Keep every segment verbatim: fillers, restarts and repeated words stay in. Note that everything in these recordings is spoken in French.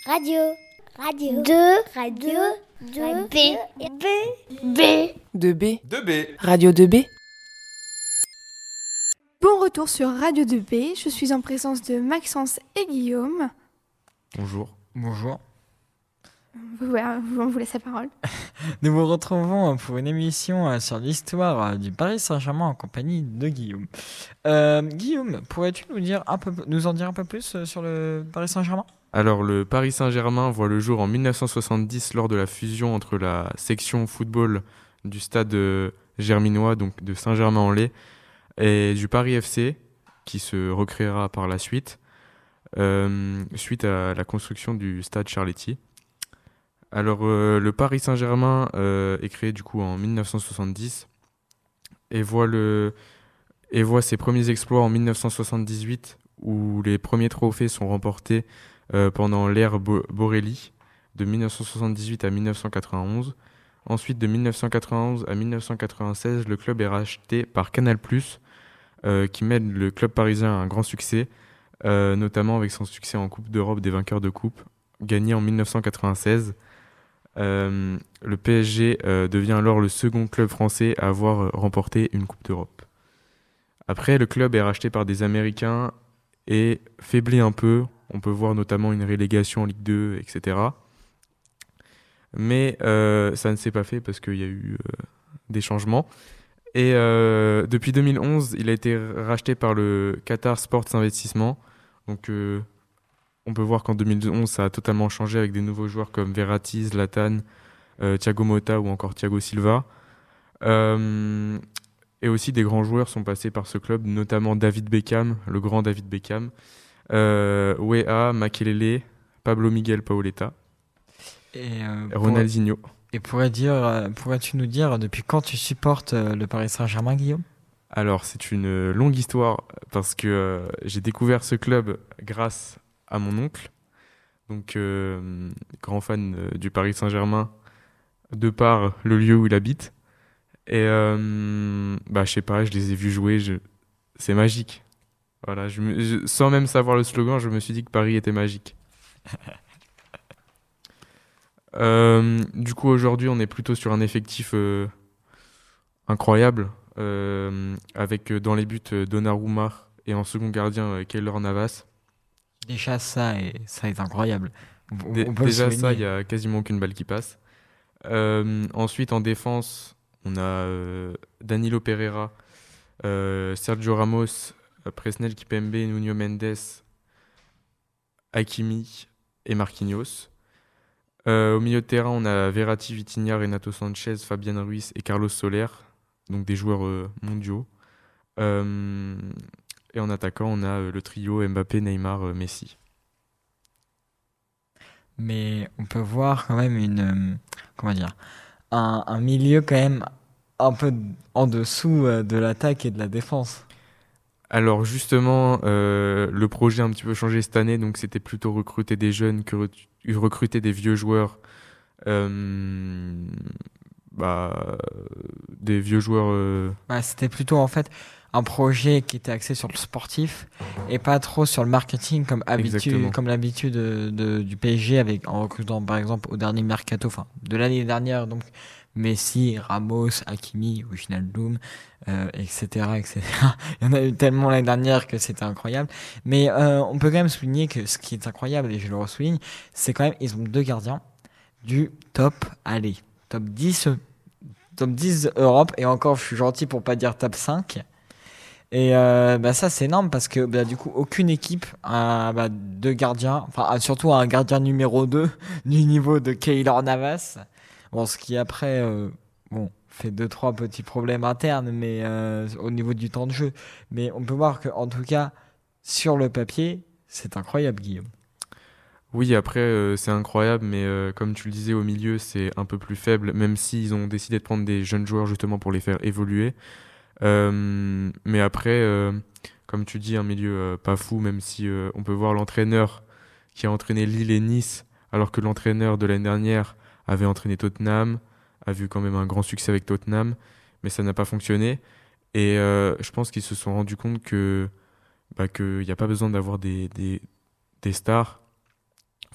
Radio. Radio. deux. Radio. deux. B. B. B. deux B. deux B. Radio deux B. Bon retour sur Radio deux B. Je suis en présence de Maxence et Guillaume. Bonjour. Bonjour. Voilà, on vous laisse la parole. Nous vous retrouvons pour une émission sur l'histoire du Paris Saint-Germain en compagnie de Guillaume. Euh, Guillaume, pourrais-tu nous, dire un peu, nous en dire un peu plus sur le Paris Saint-Germain ? Alors, le Paris Saint-Germain voit le jour en dix-neuf cent soixante-dix lors de la fusion entre la section football du stade germinois, donc de Saint-Germain-en-Laye, et du Paris F C, qui se recréera par la suite, euh, suite à la construction du stade Charletti. Alors, euh, le Paris Saint-Germain euh, est créé du coup en dix-neuf cent soixante-dix et voit, le, et voit ses premiers exploits en dix-neuf cent soixante-dix-huit, où les premiers trophées sont remportés euh, pendant l'ère Bo- Borelli, de dix-neuf cent soixante-dix-huit à dix-neuf cent quatre-vingt-onze. Ensuite, de dix-neuf cent quatre-vingt-onze à dix-neuf cent quatre-vingt-seize, le club est racheté par Canal+, euh, qui mène le club parisien à un grand succès, euh, notamment avec son succès en Coupe d'Europe des vainqueurs de coupe, gagné en dix-neuf cent quatre-vingt-seize. Euh, le P S G euh, devient alors le second club français à avoir remporté une Coupe d'Europe. Après, le club est racheté par des Américains et faiblit un peu. On peut voir notamment une relégation en Ligue deux, et cetera. Mais euh, ça ne s'est pas fait parce qu'il y a eu euh, des changements. Et euh, depuis deux mille onze, il a été racheté par le Qatar Sports Investissement. Donc, euh, on peut voir qu'en deux mille onze, ça a totalement changé avec des nouveaux joueurs comme Verratti, Zlatan, euh, Thiago Motta ou encore Thiago Silva. Euh, et aussi, des grands joueurs sont passés par ce club, notamment David Beckham, le grand David Beckham, euh, Weah, Makelele, Pablo Miguel Paoletta, et euh, Ronaldinho. Pour... Et pourrais dire, pourrais-tu nous dire depuis quand tu supportes le Paris Saint-Germain, Guillaume ? Alors, c'est une longue histoire parce que euh, j'ai découvert ce club grâce à mon oncle, donc euh, grand fan euh, du Paris Saint-Germain de par le lieu où il habite. Et euh, bah je sais pas, je les ai vus jouer, je... c'est magique. Voilà, je me... je... sans même savoir le slogan, je me suis dit que Paris était magique. euh, du coup, aujourd'hui, on est plutôt sur un effectif euh, incroyable, euh, avec euh, dans les buts euh, Donnarumma et en second gardien euh, Keylor Navas. Déjà, ça est, ça est incroyable. On, Dé- on peut déjà, le ça, il y a quasiment aucune balle qui passe. Euh, ensuite, en défense, on a euh, Danilo Pereira, euh, Sergio Ramos, euh, Presnel Kipembe, Nuno Mendes, Hakimi et Marquinhos. Euh, au milieu de terrain, on a Verratti, Vitinha, Renato Sanchez, Fabian Ruiz et Carlos Soler, donc des joueurs euh, mondiaux. Euh, Et en attaquant, on a euh, le trio Mbappé, Neymar, euh, Messi. Mais on peut voir quand même une, euh, comment dire, un, un milieu quand même un peu en dessous euh, de l'attaque et de la défense. Alors justement, euh, le projet a un petit peu changé cette année, donc c'était plutôt recruter des jeunes que re- recruter des vieux joueurs. Euh, bah, des vieux joueurs... euh, Bah, c'était plutôt en fait un projet qui était axé sur le sportif et pas trop sur le marketing comme habitude, Exactement. comme l'habitude de, de- du P S G avec en recrutant par exemple au dernier mercato, enfin de l'année dernière, donc Messi, Ramos, Hakimi, Wijnaldum, euh, et cetera, et cetera. Il y en a eu tellement l'année dernière que c'était incroyable. Mais euh, on peut quand même souligner que ce qui est incroyable, et je le ressouligne, c'est quand même ils ont deux gardiens du top, allez, top dix, top dix Europe, et encore je suis gentil pour pas dire top cinq. Et euh, bah ça c'est énorme parce que bah, du coup aucune équipe a bah, deux gardiens, enfin a surtout un gardien numéro deux du niveau de Keylor Navas. Bon, ce qui après euh, bon fait deux trois petits problèmes internes, mais euh, au niveau du temps de jeu. Mais on peut voir que en tout cas sur le papier c'est incroyable, Guillaume. Oui, après, euh, c'est incroyable, mais euh, comme tu le disais, au milieu, c'est un peu plus faible, même s'ils ont décidé de prendre des jeunes joueurs justement pour les faire évoluer. Euh, mais après, euh, comme tu dis, un milieu euh, pas fou, même si euh, on peut voir l'entraîneur qui a entraîné Lille et Nice, alors que l'entraîneur de l'année dernière avait entraîné Tottenham, a vu quand même un grand succès avec Tottenham, mais ça n'a pas fonctionné. Et euh, je pense qu'ils se sont rendus compte que bah, qu'il n'y a pas besoin d'avoir des, des, des stars.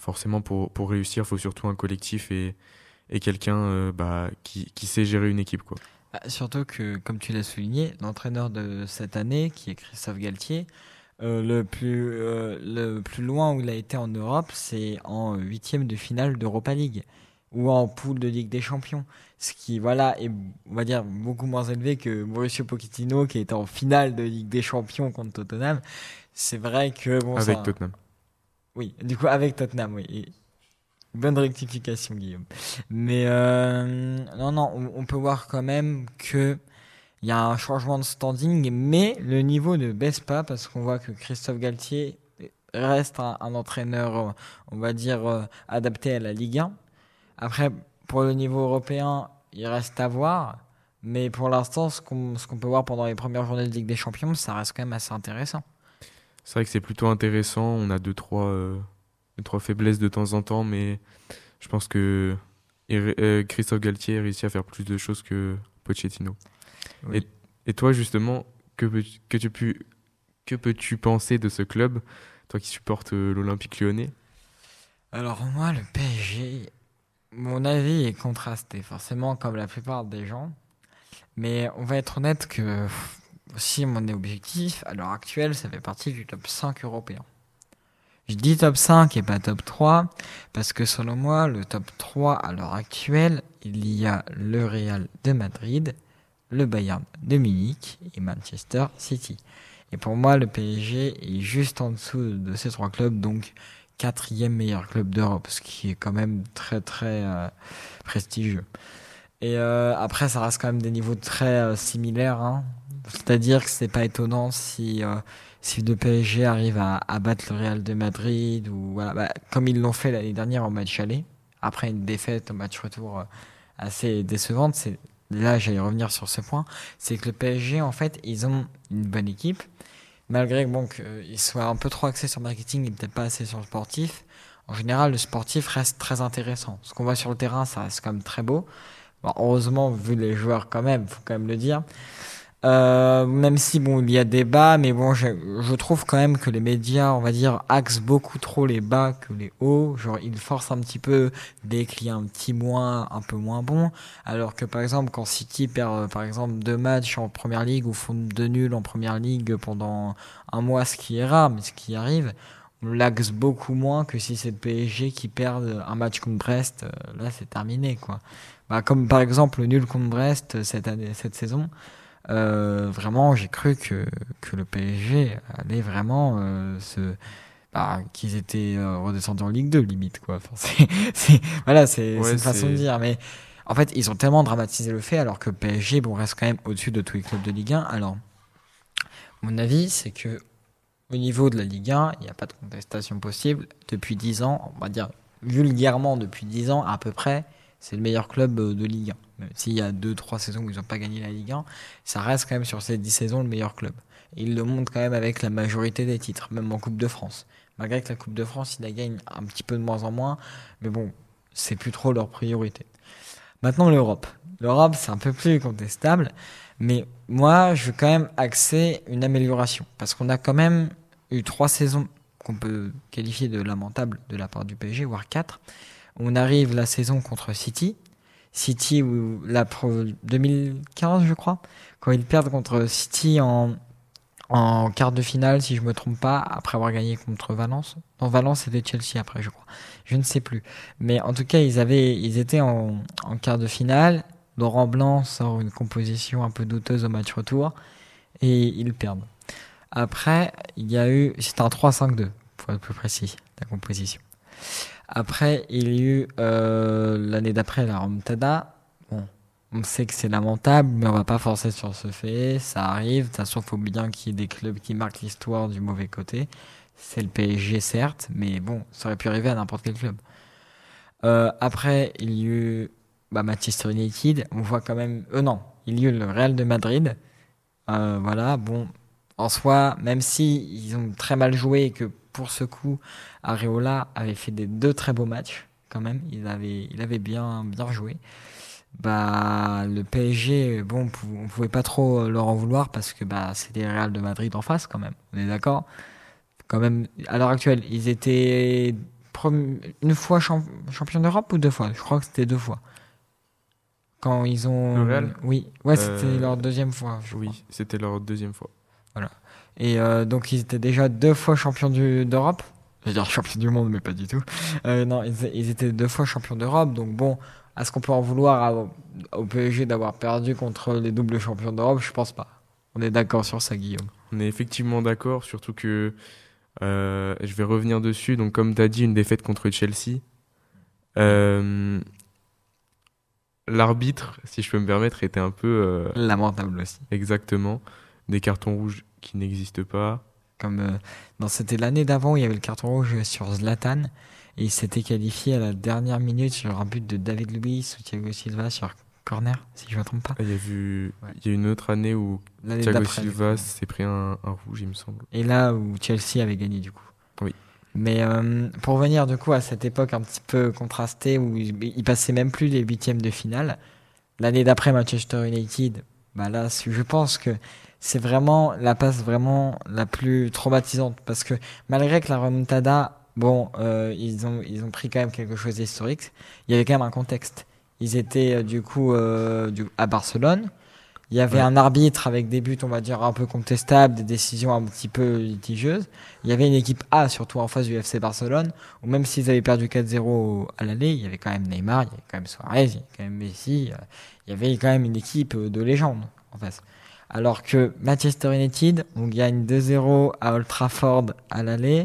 forcément, pour, pour réussir, il faut surtout un collectif et, et quelqu'un euh, bah, qui, qui sait gérer une équipe, quoi. Bah, surtout que, comme tu l'as souligné, l'entraîneur de cette année, qui est Christophe Galtier, euh, le plus euh, le plus loin où il a été en Europe, c'est en huitième de finale d'Europa League ou en poule de Ligue des Champions. Ce qui, voilà, est, on va dire, beaucoup moins élevé que Mauricio Pochettino, qui était en finale de Ligue des Champions contre Tottenham. C'est vrai que... Bon, Avec ça, Tottenham. Oui, du coup, avec Tottenham, oui. Et bonne rectification, Guillaume. Mais euh, non, non, on, on peut voir quand même que il y a un changement de standing, mais le niveau ne baisse pas parce qu'on voit que Christophe Galtier reste un, un entraîneur, on va dire, euh, adapté à la Ligue un. Après, pour le niveau européen, il reste à voir. Mais pour l'instant, ce qu'on, ce qu'on peut voir pendant les premières journées de Ligue des Champions, ça reste quand même assez intéressant. C'est vrai que c'est plutôt intéressant. On a deux, trois, euh, deux, trois faiblesses de temps en temps, mais je pense que euh, Christophe Galtier a réussi à faire plus de choses que Pochettino. Oui. Et, et toi, justement, que, peux, que, tu pu, que peux-tu penser de ce club, toi qui supportes euh, l'Olympique Lyonnais? Alors moi, le P S G, mon avis est contrasté, forcément, comme la plupart des gens. Mais on va être honnête que si on est objectif, à l'heure actuelle, ça fait partie du top cinq européen. Je dis top cinq et pas top trois, parce que selon moi, le top trois à l'heure actuelle, il y a le Real de Madrid, le Bayern de Munich et Manchester City. Et pour moi, le P S G est juste en dessous de ces trois clubs, donc quatrième meilleur club d'Europe, ce qui est quand même très très euh, prestigieux. Et euh, après, ça reste quand même des niveaux très euh, similaires, hein. C'est-à-dire que c'est pas étonnant si euh, si le P S G arrive à, à battre le Real de Madrid ou voilà, bah, comme ils l'ont fait l'année dernière au match aller, après une défaite au match retour euh, assez décevante. C'est là, j'allais revenir sur ce point, c'est que le P S G en fait, ils ont une bonne équipe, malgré bon qu'ils soient un peu trop axés sur le marketing et peut-être pas assez sur le sportif. En général, le sportif reste très intéressant. Ce qu'on voit sur le terrain, ça reste quand même très beau. Bon, heureusement, vu les joueurs quand même, faut quand même le dire. Euh, même si bon, il y a des bas, mais bon, je, je trouve quand même que les médias, on va dire, axent beaucoup trop les bas que les hauts. Genre, ils forcent un petit peu dès qu'il y a un petit moins, un peu moins bon. Alors que par exemple, quand City perd, par exemple, deux matchs en première ligue ou font deux nuls en première ligue pendant un mois, ce qui est rare, mais ce qui arrive, on l'axe beaucoup moins que si c'est le P S G qui perd un match contre Brest. Là, c'est terminé, quoi. Bah, comme par exemple le nul contre Brest cette année, cette saison. Euh, vraiment, j'ai cru que que le P S G allait vraiment euh, se, bah, qu'ils étaient euh, redescendus en Ligue deux limite, quoi. Enfin, c'est, c'est voilà, c'est, Ouais, c'est une façon c'est- de dire, mais en fait, ils ont tellement dramatisé le fait, alors que le P S G, bon, reste quand même au-dessus de tous les clubs de Ligue un. Alors, mon avis, c'est que au niveau de la Ligue un, il n'y a pas de contestation possible. Depuis dix ans, on va dire vulgairement depuis dix ans à peu près, c'est le meilleur club de Ligue un. Même s'il y a deux trois saisons où ils n'ont pas gagné la Ligue un, ça reste quand même sur ces dix saisons le meilleur club. Et ils le montrent quand même avec la majorité des titres, même en Coupe de France. Malgré que la Coupe de France, ils la gagnent un petit peu de moins en moins, mais bon, c'est plus trop leur priorité. Maintenant, l'Europe. L'Europe, c'est un peu plus contestable, mais moi, je veux quand même axer une amélioration. Parce qu'on a quand même eu trois saisons qu'on peut qualifier de lamentables de la part du P S G, voire quatre. On arrive la saison contre City. City, où la pro, deux mille quinze, je crois, quand ils perdent contre City en, en quart de finale, si je me trompe pas, après avoir gagné contre Valence. Non, Valence, c'était Chelsea après, je crois. Je ne sais plus. Mais en tout cas, ils avaient, ils étaient en, en quart de finale. Laurent Blanc sort une composition un peu douteuse au match retour et ils perdent. Après, il y a eu, c'était un trois cinq deux, pour être plus précis, la composition. Après, il y a eu euh, l'année d'après la remontada. Bon, on sait que c'est lamentable, mais on va pas forcer sur ce fait. Ça arrive. De toute façon, il faut bien qu'il y ait des clubs qui marquent l'histoire du mauvais côté. C'est le P S G, certes, mais bon, ça aurait pu arriver à n'importe quel club. Euh, après, il y a eu bah, Manchester United. On voit quand même... Euh, non, il y a eu le Real de Madrid. Euh, voilà, bon, en soi, même si ils ont très mal joué et que pour ce coup, Areola avait fait des deux très beaux matchs, quand même. Il avait, il avait bien, bien joué. Bah, le P S G, bon, on pouvait pas trop leur en vouloir parce que bah, c'était le Real de Madrid en face, quand même. On est d'accord? Quand même, à l'heure actuelle, ils étaient prom- une fois champ- champion d'Europe ou deux fois? Je crois que c'était deux fois. Quand ils ont. Le Real Oui, ouais, c'était Euh, leur deuxième fois. Je crois. Oui, c'était leur deuxième fois. Et euh, donc ils étaient déjà deux fois champions du- d'Europe. Je veux dire champions du monde, mais pas du tout. Euh, non, ils, ils étaient deux fois champions d'Europe. Donc bon, est-ce qu'on peut en vouloir à- au P S G d'avoir perdu contre les doubles champions d'Europe? Je pense pas. On est d'accord sur ça, Guillaume. On est effectivement d'accord, surtout que euh, je vais revenir dessus. Donc, comme tu as dit, une défaite contre Chelsea. Euh, L'arbitre, si je peux me permettre, était un peu euh, Lamentable aussi. exactement des cartons rouges qui n'existent pas. Comme euh, non, c'était l'année d'avant où il y avait le carton rouge sur Zlatan et il s'était qualifié à la dernière minute sur un but de David Luiz ou Thiago Silva sur corner, si je ne me trompe pas. Il y a, vu, Ouais. il y a une autre année où L'année Thiago d'après, Silva du coup. s'est pris un, un rouge, il me semble. Et là où Chelsea avait gagné du coup. Oui. Mais euh, pour venir du coup à cette époque un petit peu contrastée où il, il passait même plus les huitièmes de finale, l'année d'après Manchester United, bah là je pense que c'est vraiment la passe vraiment la plus traumatisante parce que malgré que la remontada, bon, euh, ils ont ils ont pris quand même quelque chose d'historique, il y avait quand même un contexte. Ils étaient euh, du coup euh, du, à Barcelone. Il y avait Ouais. un arbitre avec des buts, on va dire, un peu contestables, des décisions un petit peu litigieuses. Il y avait une équipe A, surtout en face du F C Barcelone, où même s'ils avaient perdu quatre zéro à l'aller, il y avait quand même Neymar, il y avait quand même Suarez, il y avait quand même Messi. euh, Il y avait quand même une équipe de légende en face. Alors que Manchester United, on gagne deux zéro à Old Trafford à l'aller.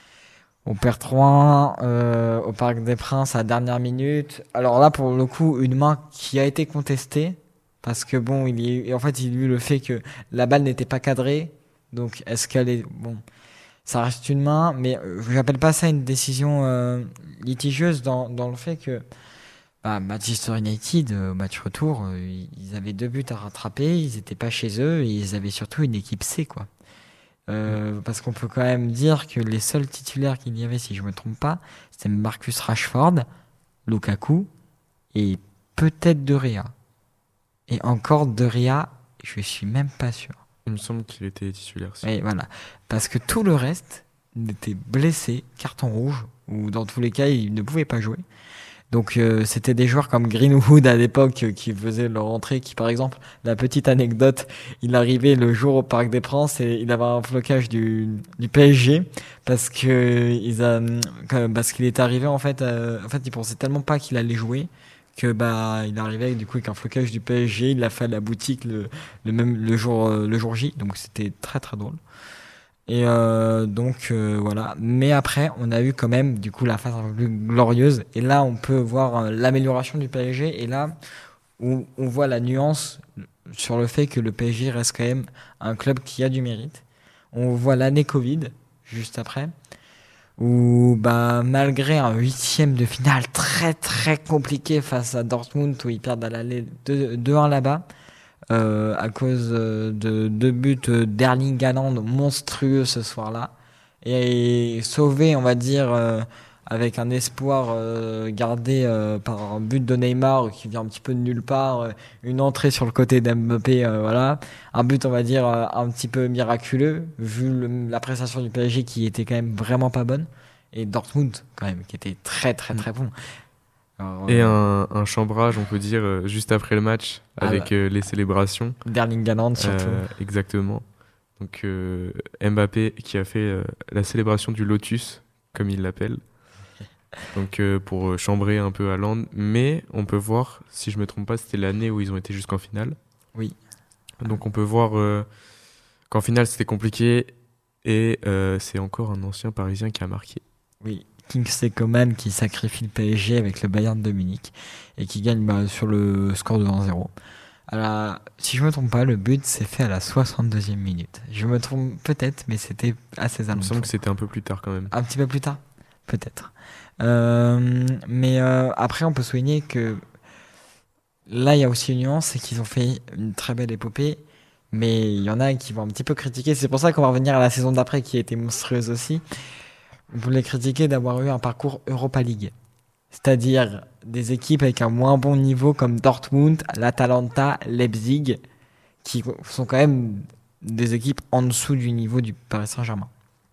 On perd trois un euh, au Parc des Princes à la dernière minute. Alors là, pour le coup, une main qui a été contestée. Parce que bon, il y a, en fait, il y a eu le fait que la balle n'était pas cadrée. Donc, est-ce qu'elle est... Bon, ça reste une main, mais euh, j'appelle pas ça une décision euh, litigieuse dans, dans le fait que bah, Manchester United, euh, au match retour, euh, ils avaient deux buts à rattraper, ils étaient pas chez eux et ils avaient surtout une équipe C, quoi. Euh, parce qu'on peut quand même dire que les seuls titulaires qu'il y avait, si je me trompe pas, c'était Marcus Rashford, Lukaku et peut-être De Gea. Et encore De Gea, je suis même pas sûr. Il me semble qu'il était titulaire. si. Et voilà. Parce que tout le reste était blessé, carton rouge, ou dans tous les cas, ils ne pouvaient pas jouer. Donc euh, c'était des joueurs comme Greenwood à l'époque euh, qui faisaient leur entrée, qui par exemple, la petite anecdote, il arrivait le jour au Parc des Princes et il avait un flocage du, du P S G parce que ils a, parce qu'il est arrivé en fait, euh, en fait il pensait tellement pas qu'il allait jouer que bah il arrivait avec, du coup avec un flocage du P S G, il l'a fait à la boutique le, le même le jour euh, le jour J, donc c'était très très drôle. Et euh, donc euh, voilà. Mais après, on a eu quand même du coup la phase un peu plus glorieuse. Et là, on peut voir euh, l'amélioration du P S G. Et là, où on voit la nuance sur le fait que le P S G reste quand même un club qui a du mérite. On voit l'année Covid juste après, où bah malgré un huitième de finale très très compliqué face à Dortmund où ils perdent à l'aller deux un là-bas. Euh, à cause euh, de deux buts d'Erling Haaland monstrueux ce soir-là et sauvé on va dire euh, avec un espoir euh, gardé euh, par un but de Neymar qui vient un petit peu de nulle part, euh, une entrée sur le côté d'Mbappé, euh, voilà, un but on va dire euh, un petit peu miraculeux vu le, la prestation du P S G qui était quand même vraiment pas bonne et Dortmund quand même qui était très très très bon. Alors, Et euh, un, un chambrage, on peut dire, euh, juste après le match, Ah avec bah. euh, les célébrations. d'Erling Haaland surtout. Euh, exactement. Donc euh, Mbappé qui a fait euh, la célébration du Lotus, comme il l'appelle. Donc euh, pour euh, chambrer un peu Haaland. Mais on peut voir, si je me trompe pas, c'était l'année où ils ont été jusqu'en finale. Oui. Donc on peut voir euh, qu'en finale c'était compliqué. Et euh, c'est encore un ancien Parisien qui a marqué. Oui, Kingsley Coman qui sacrifie le P S G avec le Bayern de Munich et qui gagne bah, sur le score de un zéro. Alors, si je me trompe pas, le but s'est fait à la soixante-deuxième minute. Je me trompe peut-être, mais c'était assez Il me alentours. semble que c'était un peu plus tard quand même. Un petit peu plus tard, peut-être. Euh, mais euh, après, on peut souligner que là, il y a aussi une nuance, c'est qu'ils ont fait une très belle épopée, mais il y en a qui vont un petit peu critiquer. C'est pour ça qu'on va revenir à la saison d'après qui a été monstrueuse aussi. On peut les critiquer d'avoir eu un parcours Europa League. C'est-à-dire des équipes avec un moins bon niveau comme Dortmund, l'Atalanta, Leipzig, qui sont quand même des équipes en dessous du niveau du Paris Saint-Germain.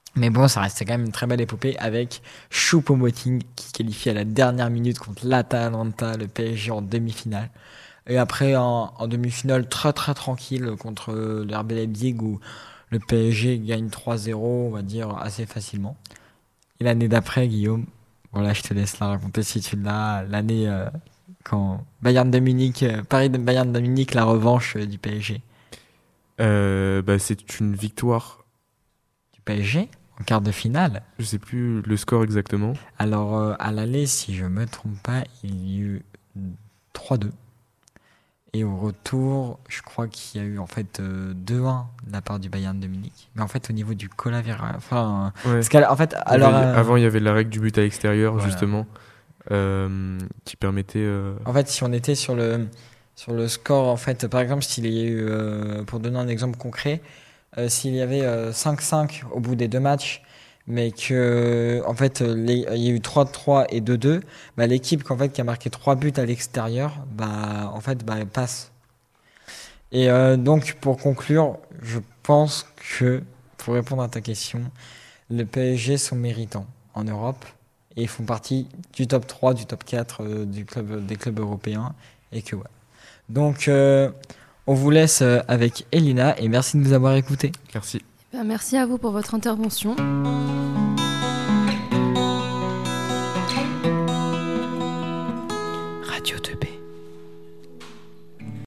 Mais bon, ça restait quand même une très belle épopée avec Choupo-Moting qui qualifie à la dernière minute contre l'Atalanta, le P S G en demi-finale. Et après, en, en demi-finale, très très tranquille contre le R B Leipzig où le P S G gagne trois zéro, on va dire, assez facilement. Et l'année d'après, Guillaume, voilà, je te laisse la raconter si tu l'as, l'année euh, quand Bayern de Munich, euh, Paris-Bayern de Munich, la revanche euh, du P S G. Euh, bah, c'est une victoire. Du P S G en quart de finale. Je sais plus le score exactement. Alors, euh, à l'aller, si je me trompe pas, il y a eu trois deux. Et au retour, je crois qu'il y a eu en fait euh, deux un de la part du Bayern de Munich. Mais en fait, au niveau du collatéral, enfin, Ouais. parce qu'en fait, alors, Avant, euh, avant, il y avait la règle du but à l'extérieur, voilà. justement, euh, qui permettait. Euh... En fait, si on était sur le sur le score, en fait, par exemple, s'il y a eu, euh, pour donner un exemple concret, euh, s'il y avait euh, cinq cinq au bout des deux matchs, mais que en fait les, il y a eu trois trois et deux deux, bah, l'équipe qu'en fait qui a marqué trois buts à l'extérieur, bah en fait bah, elle passe. Et euh, donc pour conclure, je pense que pour répondre à ta question, le P S G sont méritants en Europe et ils font partie du top trois, du top quatre euh, du club, des clubs européens et que ouais. Donc euh, on vous laisse avec Elina et merci de nous avoir écoutés. Merci. Ben, merci à vous pour votre intervention.